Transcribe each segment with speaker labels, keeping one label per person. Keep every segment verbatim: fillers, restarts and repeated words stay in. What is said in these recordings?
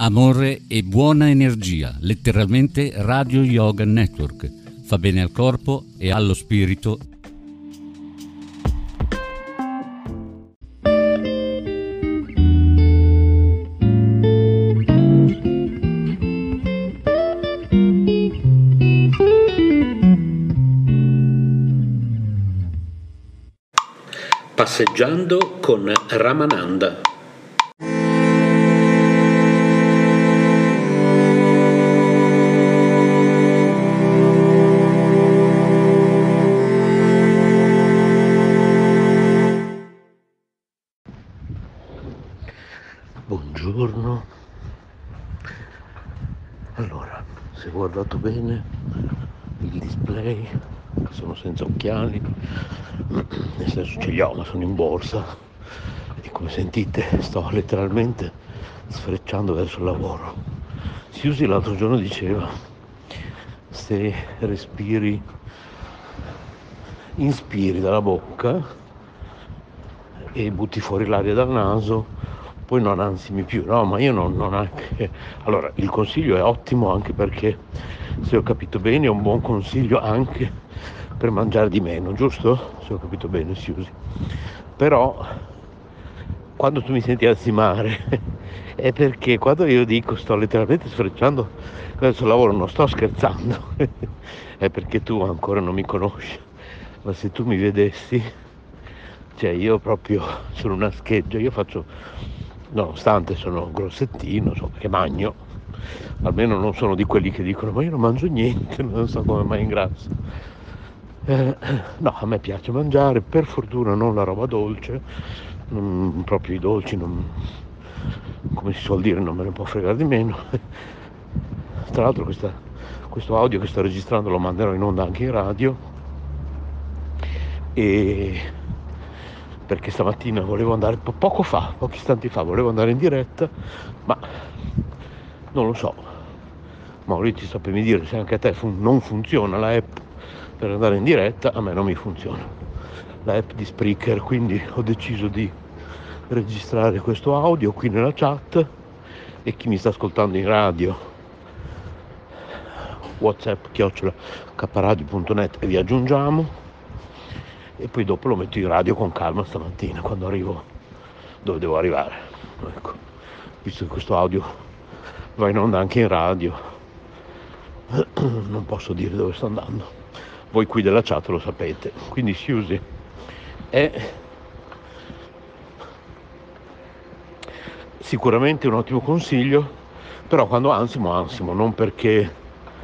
Speaker 1: Amore e buona energia, letteralmente Radio Yoga Network. Fa bene al corpo e allo spirito.
Speaker 2: Passeggiando con Ramananda. Buongiorno. Allora, se ho guardato bene il display, sono senza occhiali, nel senso ce li ho ma sono in borsa e come sentite sto letteralmente sfrecciando verso il lavoro. Siusi l'altro giorno diceva: se respiri, inspiri dalla bocca e butti fuori l'aria dal naso, poi non ansimi più. No, ma io non, non anche. Allora, il consiglio è ottimo, anche perché, se ho capito bene, è un buon consiglio anche per mangiare di meno, giusto? Se ho capito bene, Siusi. Però quando tu mi senti ansimare è perché quando io dico sto letteralmente sfrecciando verso il lavoro, non sto scherzando, è perché tu ancora non mi conosci. Ma se tu mi vedessi, cioè io proprio sono una scheggia, io faccio, nonostante sono grossettino, so che magno, almeno non sono di quelli che dicono ma io non mangio niente, non so come mai ingrasso. Eh, no, a me piace mangiare, per fortuna non la roba dolce, non, proprio i dolci, non, come si suol dire, non me ne può fregare di meno. Tra l'altro questa, questo audio che sto registrando lo manderò in onda anche in radio, e perché stamattina volevo andare, po- poco fa, pochi istanti fa, volevo andare in diretta, ma non lo so. Maurizio, sappi dire se anche a te fun- non funziona la app per andare in diretta. A me non mi funziona la app di Spreaker, quindi ho deciso di registrare questo audio qui nella chat, e chi mi sta ascoltando in radio, WhatsApp chiocciola caparadio punto net, e vi aggiungiamo, e poi dopo lo metto in radio con calma stamattina quando arrivo dove devo arrivare. Ecco, visto che questo audio va in onda anche in radio, non posso dire dove sto andando, voi qui della chat lo sapete. Quindi Siusi è sicuramente un ottimo consiglio, però quando ansimo ansimo, non perché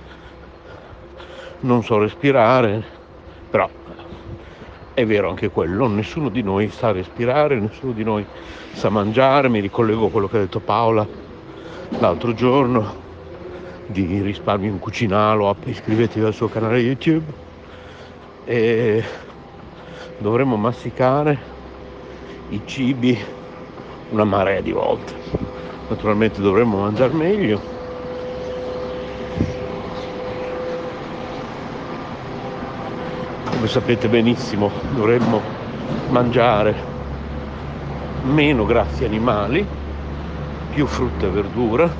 Speaker 2: non so respirare, però è vero anche quello, nessuno di noi sa respirare, nessuno di noi sa mangiare. Mi ricollego a quello che ha detto Paola l'altro giorno di Risparmio in Cucinalo, iscrivetevi al suo canale YouTube, e dovremmo masticare i cibi una marea di volte. Naturalmente dovremmo mangiare meglio, come sapete benissimo. Dovremmo mangiare meno grassi animali, più frutta e verdura,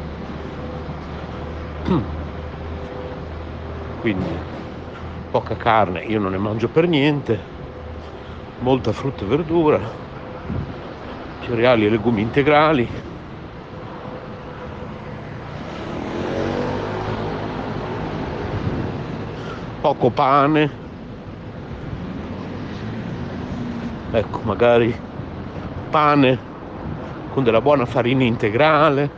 Speaker 2: quindi poca carne, io non ne mangio per niente, molta frutta e verdura, cereali e legumi integrali, poco pane, ecco, magari pane con della buona farina integrale,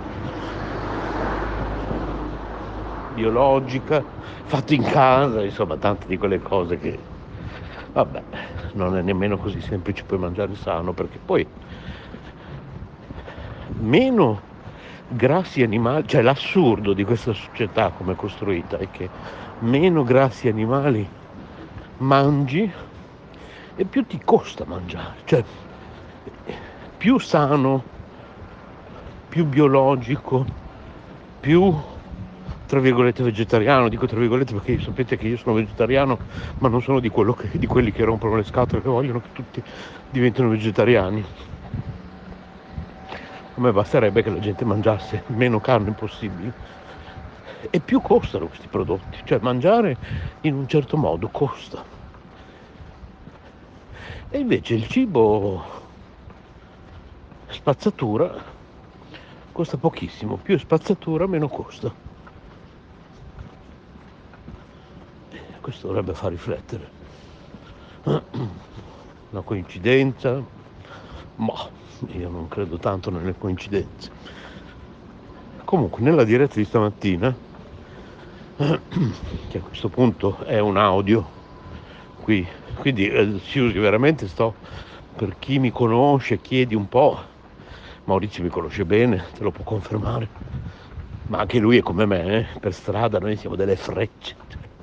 Speaker 2: biologica, fatto in casa, insomma tante di quelle cose che, vabbè, non è nemmeno così semplice poi mangiare sano, perché poi meno grassi animali, cioè l'assurdo di questa società come è costruita è che meno grassi animali mangi e più ti costa mangiare, cioè più sano, più biologico, più tra virgolette vegetariano. Dico tra virgolette perché sapete che io sono vegetariano, ma non sono di, quello che, di quelli che rompono le scatole, che vogliono che tutti diventino vegetariani. A me basterebbe che la gente mangiasse meno carne possibile. E più costano questi prodotti, cioè mangiare in un certo modo costa. E invece il cibo spazzatura costa pochissimo, più è spazzatura meno costa. Questo dovrebbe far riflettere. Una coincidenza? Ma io non credo tanto nelle coincidenze. Comunque nella diretta di stamattina, che a questo punto è un audio qui, quindi eh, Siusi, veramente sto, per chi mi conosce, chiedi un po', Maurizio mi conosce bene, te lo può confermare, ma anche lui è come me, eh? Per strada noi siamo delle frecce.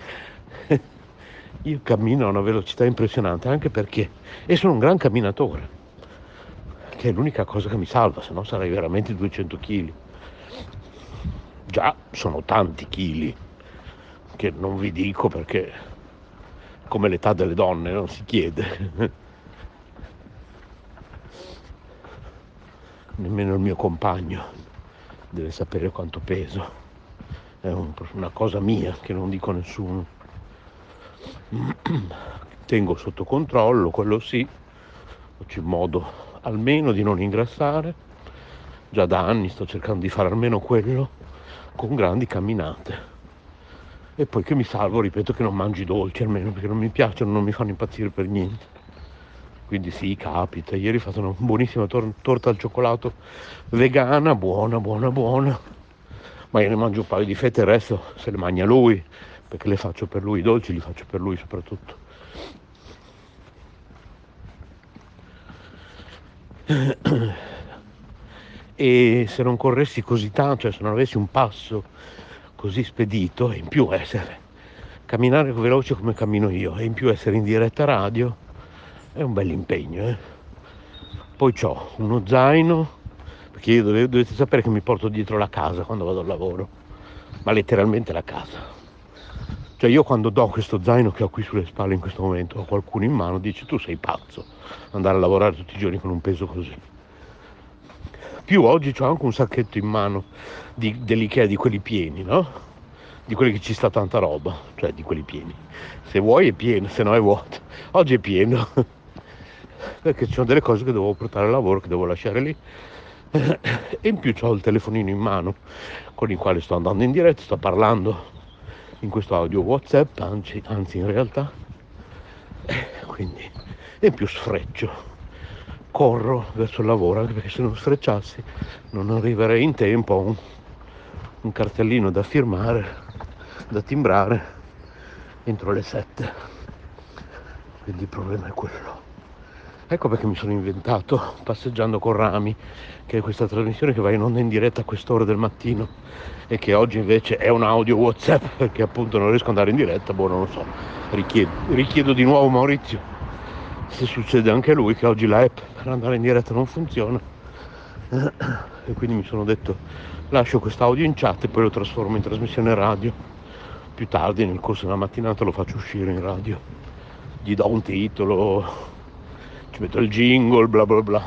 Speaker 2: Io cammino a una velocità impressionante, anche perché, e sono un gran camminatore, che è l'unica cosa che mi salva, se no sarei veramente duecento chili. Già sono tanti chili, che non vi dico perché, come l'età delle donne, non si chiede. Nemmeno il mio compagno deve sapere quanto peso, è un, una cosa mia che non dico a nessuno. Tengo sotto controllo, quello sì, faccio in modo almeno di non ingrassare, già da anni sto cercando di fare almeno quello, con grandi camminate. E poi che mi salvo, ripeto, che non mangi dolci almeno, perché non mi piacciono, non mi fanno impazzire per niente. Quindi sì, capita. Ieri ho fatto una buonissima tor- torta al cioccolato vegana, buona, buona, buona. Ma io ne mangio un paio di fette, il resto se le mangia lui, perché le faccio per lui, i dolci li faccio per lui soprattutto. E se non corressi così tanto, cioè se non avessi un passo così spedito, e in più essere, camminare veloce come cammino io, e in più essere in diretta radio, è un bel impegno, eh. Poi c'ho uno zaino, perché io dove, dovete sapere che mi porto dietro la casa quando vado al lavoro, ma letteralmente la casa. Cioè io quando do questo zaino che ho qui sulle spalle in questo momento a qualcuno in mano, dice tu sei pazzo, andare a lavorare tutti i giorni con un peso così. Più oggi c'ho anche un sacchetto in mano di, dell'Ikea, di quelli pieni, no? Di quelli che ci sta tanta roba, cioè di quelli pieni. Se vuoi è pieno, se no è vuoto. Oggi è pieno, perché ci sono delle cose che devo portare al lavoro, che devo lasciare lì. E in più ho il telefonino in mano con il quale sto andando in diretta, sto parlando in questo audio WhatsApp, anzi, anzi in realtà, quindi, e in più sfreccio, corro verso il lavoro, anche perché se non sfrecciassi non arriverei in tempo a un, un cartellino da firmare, da timbrare entro le sette, quindi il problema è quello. Ecco perché mi sono inventato Passeggiando con Rami, che è questa trasmissione che va in onda in diretta a quest'ora del mattino e che oggi invece è un audio WhatsApp, perché appunto non riesco ad andare in diretta, boh, non lo so, richiedo, richiedo di nuovo Maurizio se succede anche a lui che oggi la app per andare in diretta non funziona, e quindi mi sono detto lascio quest'audio in chat e poi lo trasformo in trasmissione radio più tardi nel corso della mattinata, lo faccio uscire in radio, gli do un titolo, ci metto il jingle, bla bla bla.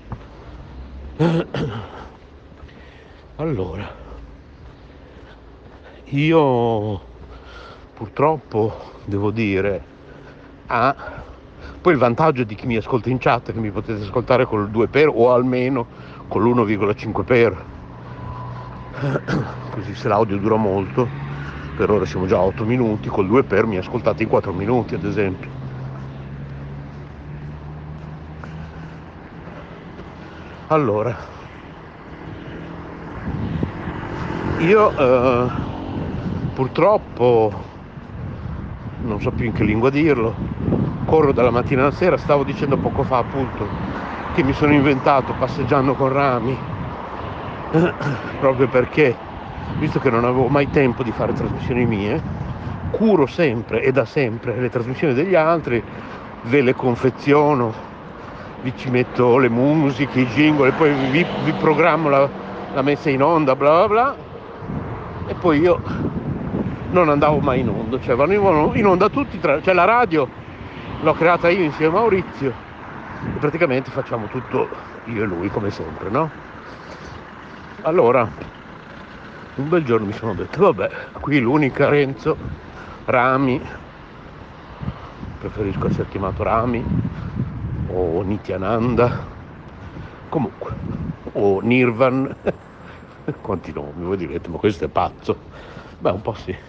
Speaker 2: Allora, io purtroppo devo dire, ah, poi il vantaggio di chi mi ascolta in chat è che mi potete ascoltare col due per o almeno con l'uno virgola cinque per, così se l'audio dura molto, per ora siamo già a otto minuti, col due per mi ascoltate in quattro minuti ad esempio. Allora, io eh, purtroppo non so più in che lingua dirlo, corro dalla mattina alla sera, stavo dicendo poco fa appunto che mi sono inventato Passeggiando con Rami, proprio perché, visto che non avevo mai tempo di fare trasmissioni mie, curo sempre e da sempre le trasmissioni degli altri, ve le confeziono, vi ci metto le musiche, i jingle, e poi vi, vi programmo la, la messa in onda, bla bla bla, e poi io non andavo mai in onda, cioè vanno in onda tutti, tra, cioè la radio l'ho creata io insieme a Maurizio e praticamente facciamo tutto io e lui come sempre, no? Allora, un bel giorno mi sono detto, vabbè, qui l'unica Renzo, Rami, preferisco essere chiamato Rami, o Nityananda, comunque, o Nirvan, quanti nomi, voi direte, ma questo è pazzo. Beh, un po' sì.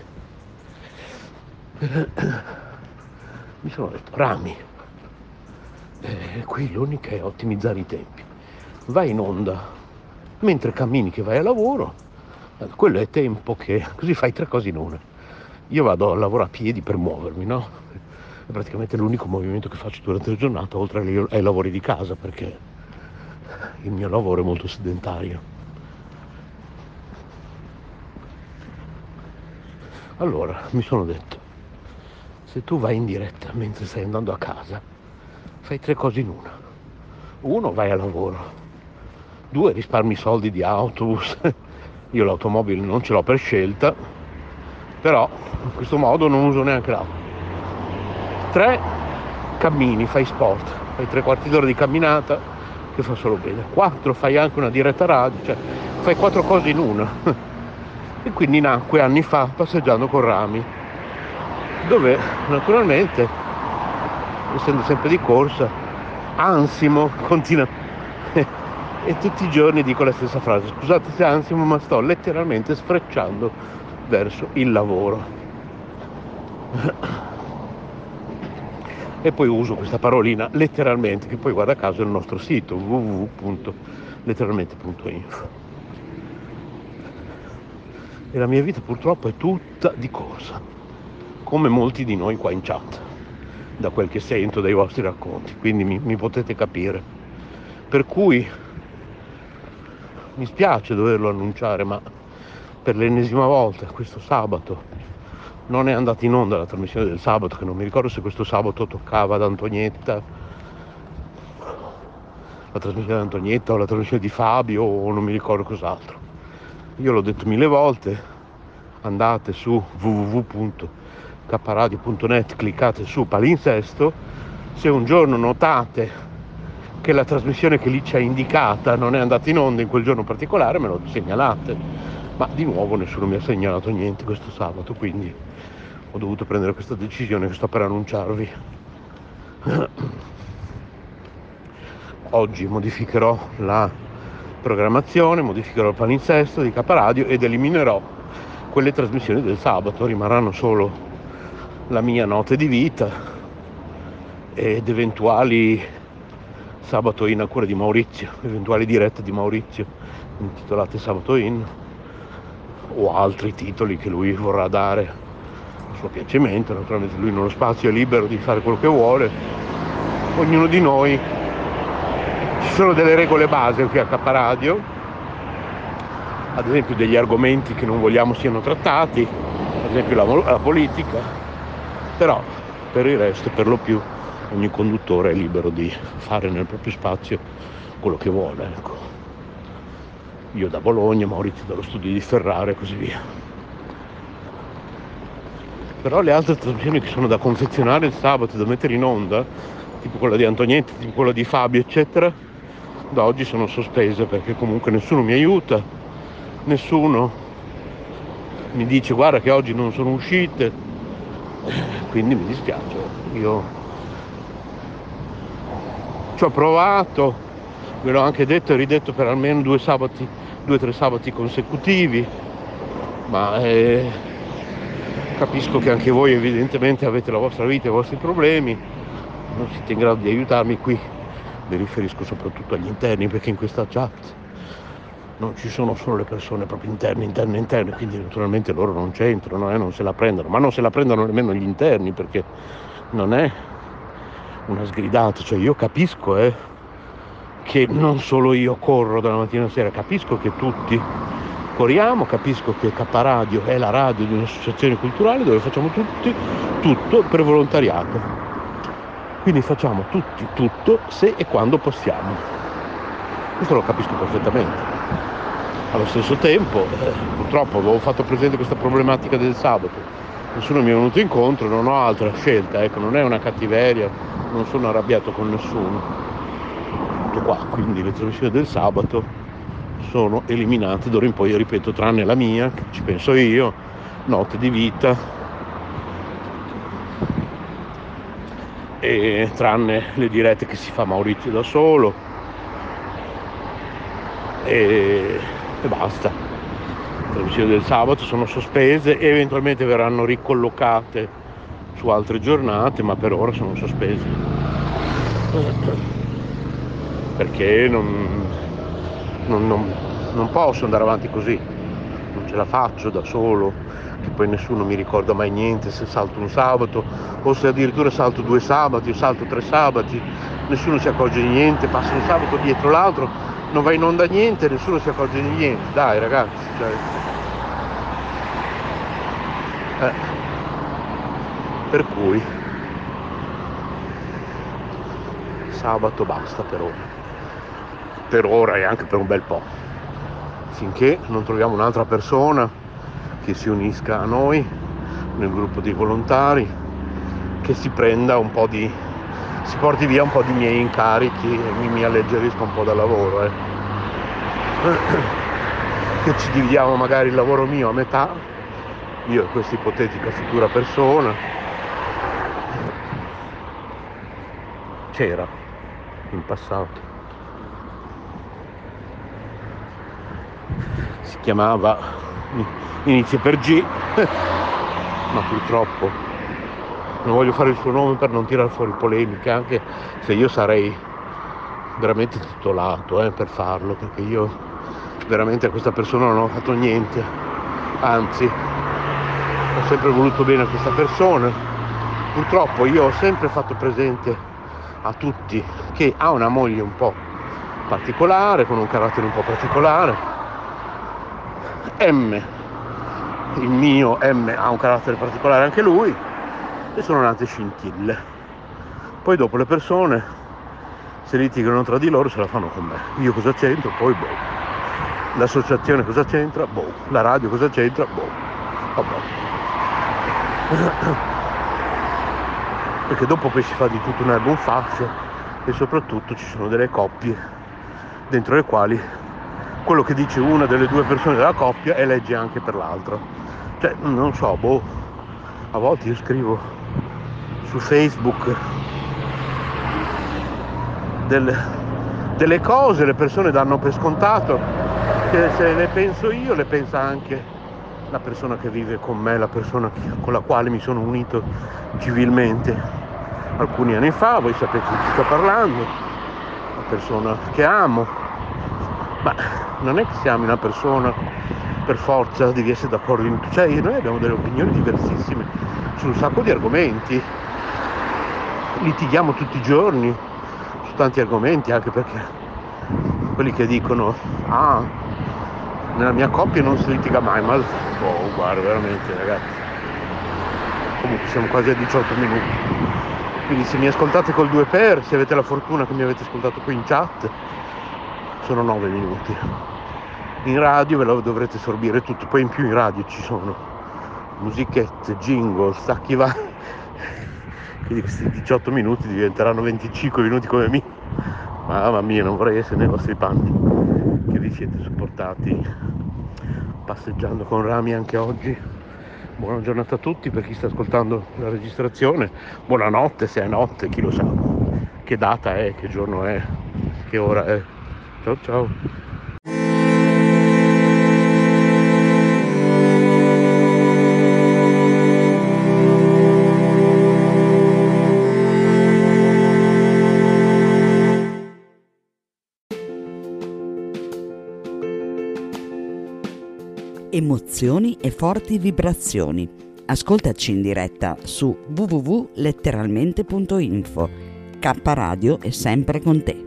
Speaker 2: Mi sono detto, Rami, eh, qui l'unica è ottimizzare i tempi. Vai in onda mentre cammini che vai a lavoro, eh, quello è tempo che, così fai tre cose in una. Io vado a lavorare a piedi per muovermi, no? È praticamente l'unico movimento che faccio durante la giornata, oltre ai, ai lavori di casa, perché il mio lavoro è molto sedentario. Allora mi sono detto, se tu vai in diretta mentre stai andando a casa, fai tre cose in una. Uno, vai a lavoro. Due, risparmi soldi di autobus. Io l'automobile non ce l'ho per scelta, però in questo modo non uso neanche l'auto. Tre, cammini, fai sport, fai tre quarti d'ora di camminata che fa solo bene. Quattro, fai anche una diretta radio, cioè fai quattro cose in una. E quindi nacque anni fa Passeggiando con Rami, dove naturalmente, essendo sempre di corsa, ansimo continua e tutti i giorni dico la stessa frase, scusate se ansimo, ma sto letteralmente sfrecciando verso il lavoro. E poi uso questa parolina letteralmente, che poi guarda caso è il nostro sito w w w punto letteralmente punto info. E la mia vita purtroppo è tutta di corsa, come molti di noi qua in chat, da quel che sento dai vostri racconti, quindi mi, mi potete capire. Per cui mi spiace doverlo annunciare, ma per l'ennesima volta questo sabato non è andata in onda la trasmissione del sabato, che non mi ricordo se questo sabato toccava ad Antonietta, la trasmissione di Antonietta o la trasmissione di Fabio o non mi ricordo cos'altro. Io l'ho detto mille volte, andate su w w w punto k radio punto net, cliccate su palinsesto, se un giorno notate che la trasmissione che lì c'è indicata non è andata in onda in quel giorno particolare, me lo segnalate, ma di nuovo nessuno mi ha segnalato niente questo sabato, quindi ho dovuto prendere questa decisione che sto per annunciarvi. Oggi modificherò la programmazione, modificherò il palinsesto di K Radio ed eliminerò quelle trasmissioni del sabato, rimarranno solo la mia notte di vita ed eventuali Sabato in a cura di Maurizio, eventuali dirette di Maurizio intitolate Sabato in, o altri titoli che lui vorrà dare a suo piacimento. Naturalmente lui nello spazio è libero di fare quello che vuole, ognuno di noi, ci sono delle regole base qui a K Radio, ad esempio degli argomenti che non vogliamo siano trattati, ad esempio la, la politica, però per il resto per lo più ogni conduttore è libero di fare nel proprio spazio quello che vuole, ecco. Io da Bologna, Maurizio dallo studio di Ferrara e così via. Però le altre trasmissioni che sono da confezionare il sabato, da mettere in onda, tipo quella di Antonietta, tipo quella di Fabio, eccetera, da oggi sono sospese, perché comunque nessuno mi aiuta, nessuno mi dice guarda che oggi non sono uscite, quindi mi dispiace. Io ci ho provato, ve l'ho anche detto e ridetto per almeno due sabati, due o tre sabati consecutivi, ma eh, capisco che anche voi evidentemente avete la vostra vita e i vostri problemi, non siete in grado di aiutarmi. Qui mi riferisco soprattutto agli interni, perché in questa chat non ci sono solo le persone proprio interne, interne, interne, quindi naturalmente loro non c'entrano, eh, non se la prendono, ma non se la prendono nemmeno gli interni, perché non è una sgridata, cioè io capisco eh, che non solo io corro dalla mattina alla sera, capisco che tutti corriamo, capisco che K Radio è la radio di un'associazione culturale dove facciamo tutti tutto per volontariato, quindi facciamo tutti tutto se e quando possiamo, questo lo capisco perfettamente. Allo stesso tempo eh, purtroppo avevo fatto presente questa problematica del sabato, nessuno mi è venuto incontro, non ho altra scelta, ecco, non è una cattiveria, non sono arrabbiato con nessuno, tutto qua. Quindi le trasmissioni del sabato sono eliminate d'ora in poi, io ripeto, tranne la mia, che ci penso io, Notte di vita, e tranne le dirette che si fa Maurizio da solo, e, e basta. Le trasmissioni del sabato sono sospese e eventualmente verranno ricollocate su altre giornate, ma per ora sono sospese perché non, non, non, non posso andare avanti così, non ce la faccio da solo, che poi nessuno mi ricorda mai niente se salto un sabato o se addirittura salto due sabati o salto tre sabati, nessuno si accorge di niente, passa un sabato dietro l'altro, non va in onda niente, nessuno si accorge di niente, dai ragazzi, cioè... eh. Per cui sabato basta per ora, per ora e anche per un bel po', finché non troviamo un'altra persona che si unisca a noi nel gruppo dei volontari, che si prenda un po' di, si porti via un po' di miei incarichi e mi, mi alleggerisca un po' dal lavoro, eh. Che ci dividiamo magari il lavoro mio a metà, io e questa ipotetica futura persona. C'era in passato, si chiamava, inizia per G, ma purtroppo non voglio fare il suo nome per non tirar fuori polemiche, anche se io sarei veramente titolato eh, per farlo, perché io veramente a questa persona non ho fatto niente, anzi ho sempre voluto bene a questa persona. Purtroppo io ho sempre fatto presente a tutti che ha una moglie un po' particolare, con un carattere un po' particolare. M, il mio M, ha un carattere particolare anche lui, e sono nate scintille. Poi dopo le persone, se litigano tra di loro, se la fanno con me. Io cosa c'entro? Poi boh. L'associazione cosa c'entra? Boh. La radio cosa c'entra? Boh. Vabbè. Perché dopo poi si fa di tutto un'erba un fascio, e soprattutto ci sono delle coppie dentro le quali quello che dice una delle due persone della coppia è legge anche per l'altra. Cioè, non so, boh, a volte io scrivo su Facebook delle, delle cose, le persone danno per scontato che se le penso io le pensa anche la persona che vive con me, la persona che, con la quale mi sono unito civilmente alcuni anni fa, voi sapete di chi sto parlando, la persona che amo. Ma non è che siamo una persona per forza devi essere d'accordo in tutto, cioè noi abbiamo delle opinioni diversissime su un sacco di argomenti, litighiamo tutti i giorni su tanti argomenti, anche perché quelli che dicono ah nella mia coppia non si litiga mai, ma oh guarda veramente ragazzi, comunque siamo quasi a diciotto minuti, quindi se mi ascoltate col due per, se avete la fortuna che mi avete ascoltato qui in chat, sono nove minuti. In radio ve lo dovrete sorbire tutto, poi in più in radio ci sono musichette, jingle, stacchi vari, quindi questi diciotto minuti diventeranno venticinque minuti come me. Mamma mia, non vorrei essere nei vostri panni, che vi siete sopportati passeggiando con Rami anche oggi. Buona giornata a tutti, per chi sta ascoltando la registrazione, buonanotte se è notte, chi lo sa che data è, che giorno è, che ora è. Ciao ciao.
Speaker 3: Emozioni e forti vibrazioni. Ascoltaci in diretta su w w w punto letteralmente punto info. K Radio è sempre con te.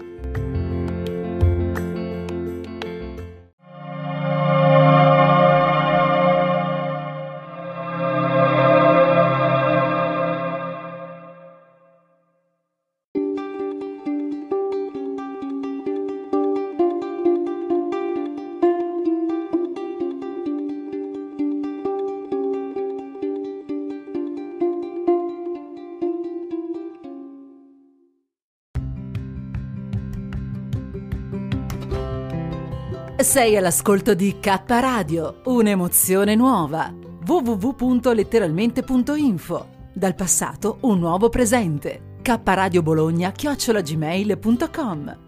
Speaker 4: Sei all'ascolto di K Radio, un'emozione nuova. w w w punto letteralmente punto info. Dal passato un nuovo presente. K Radio Bologna chiocciola gmail punto com.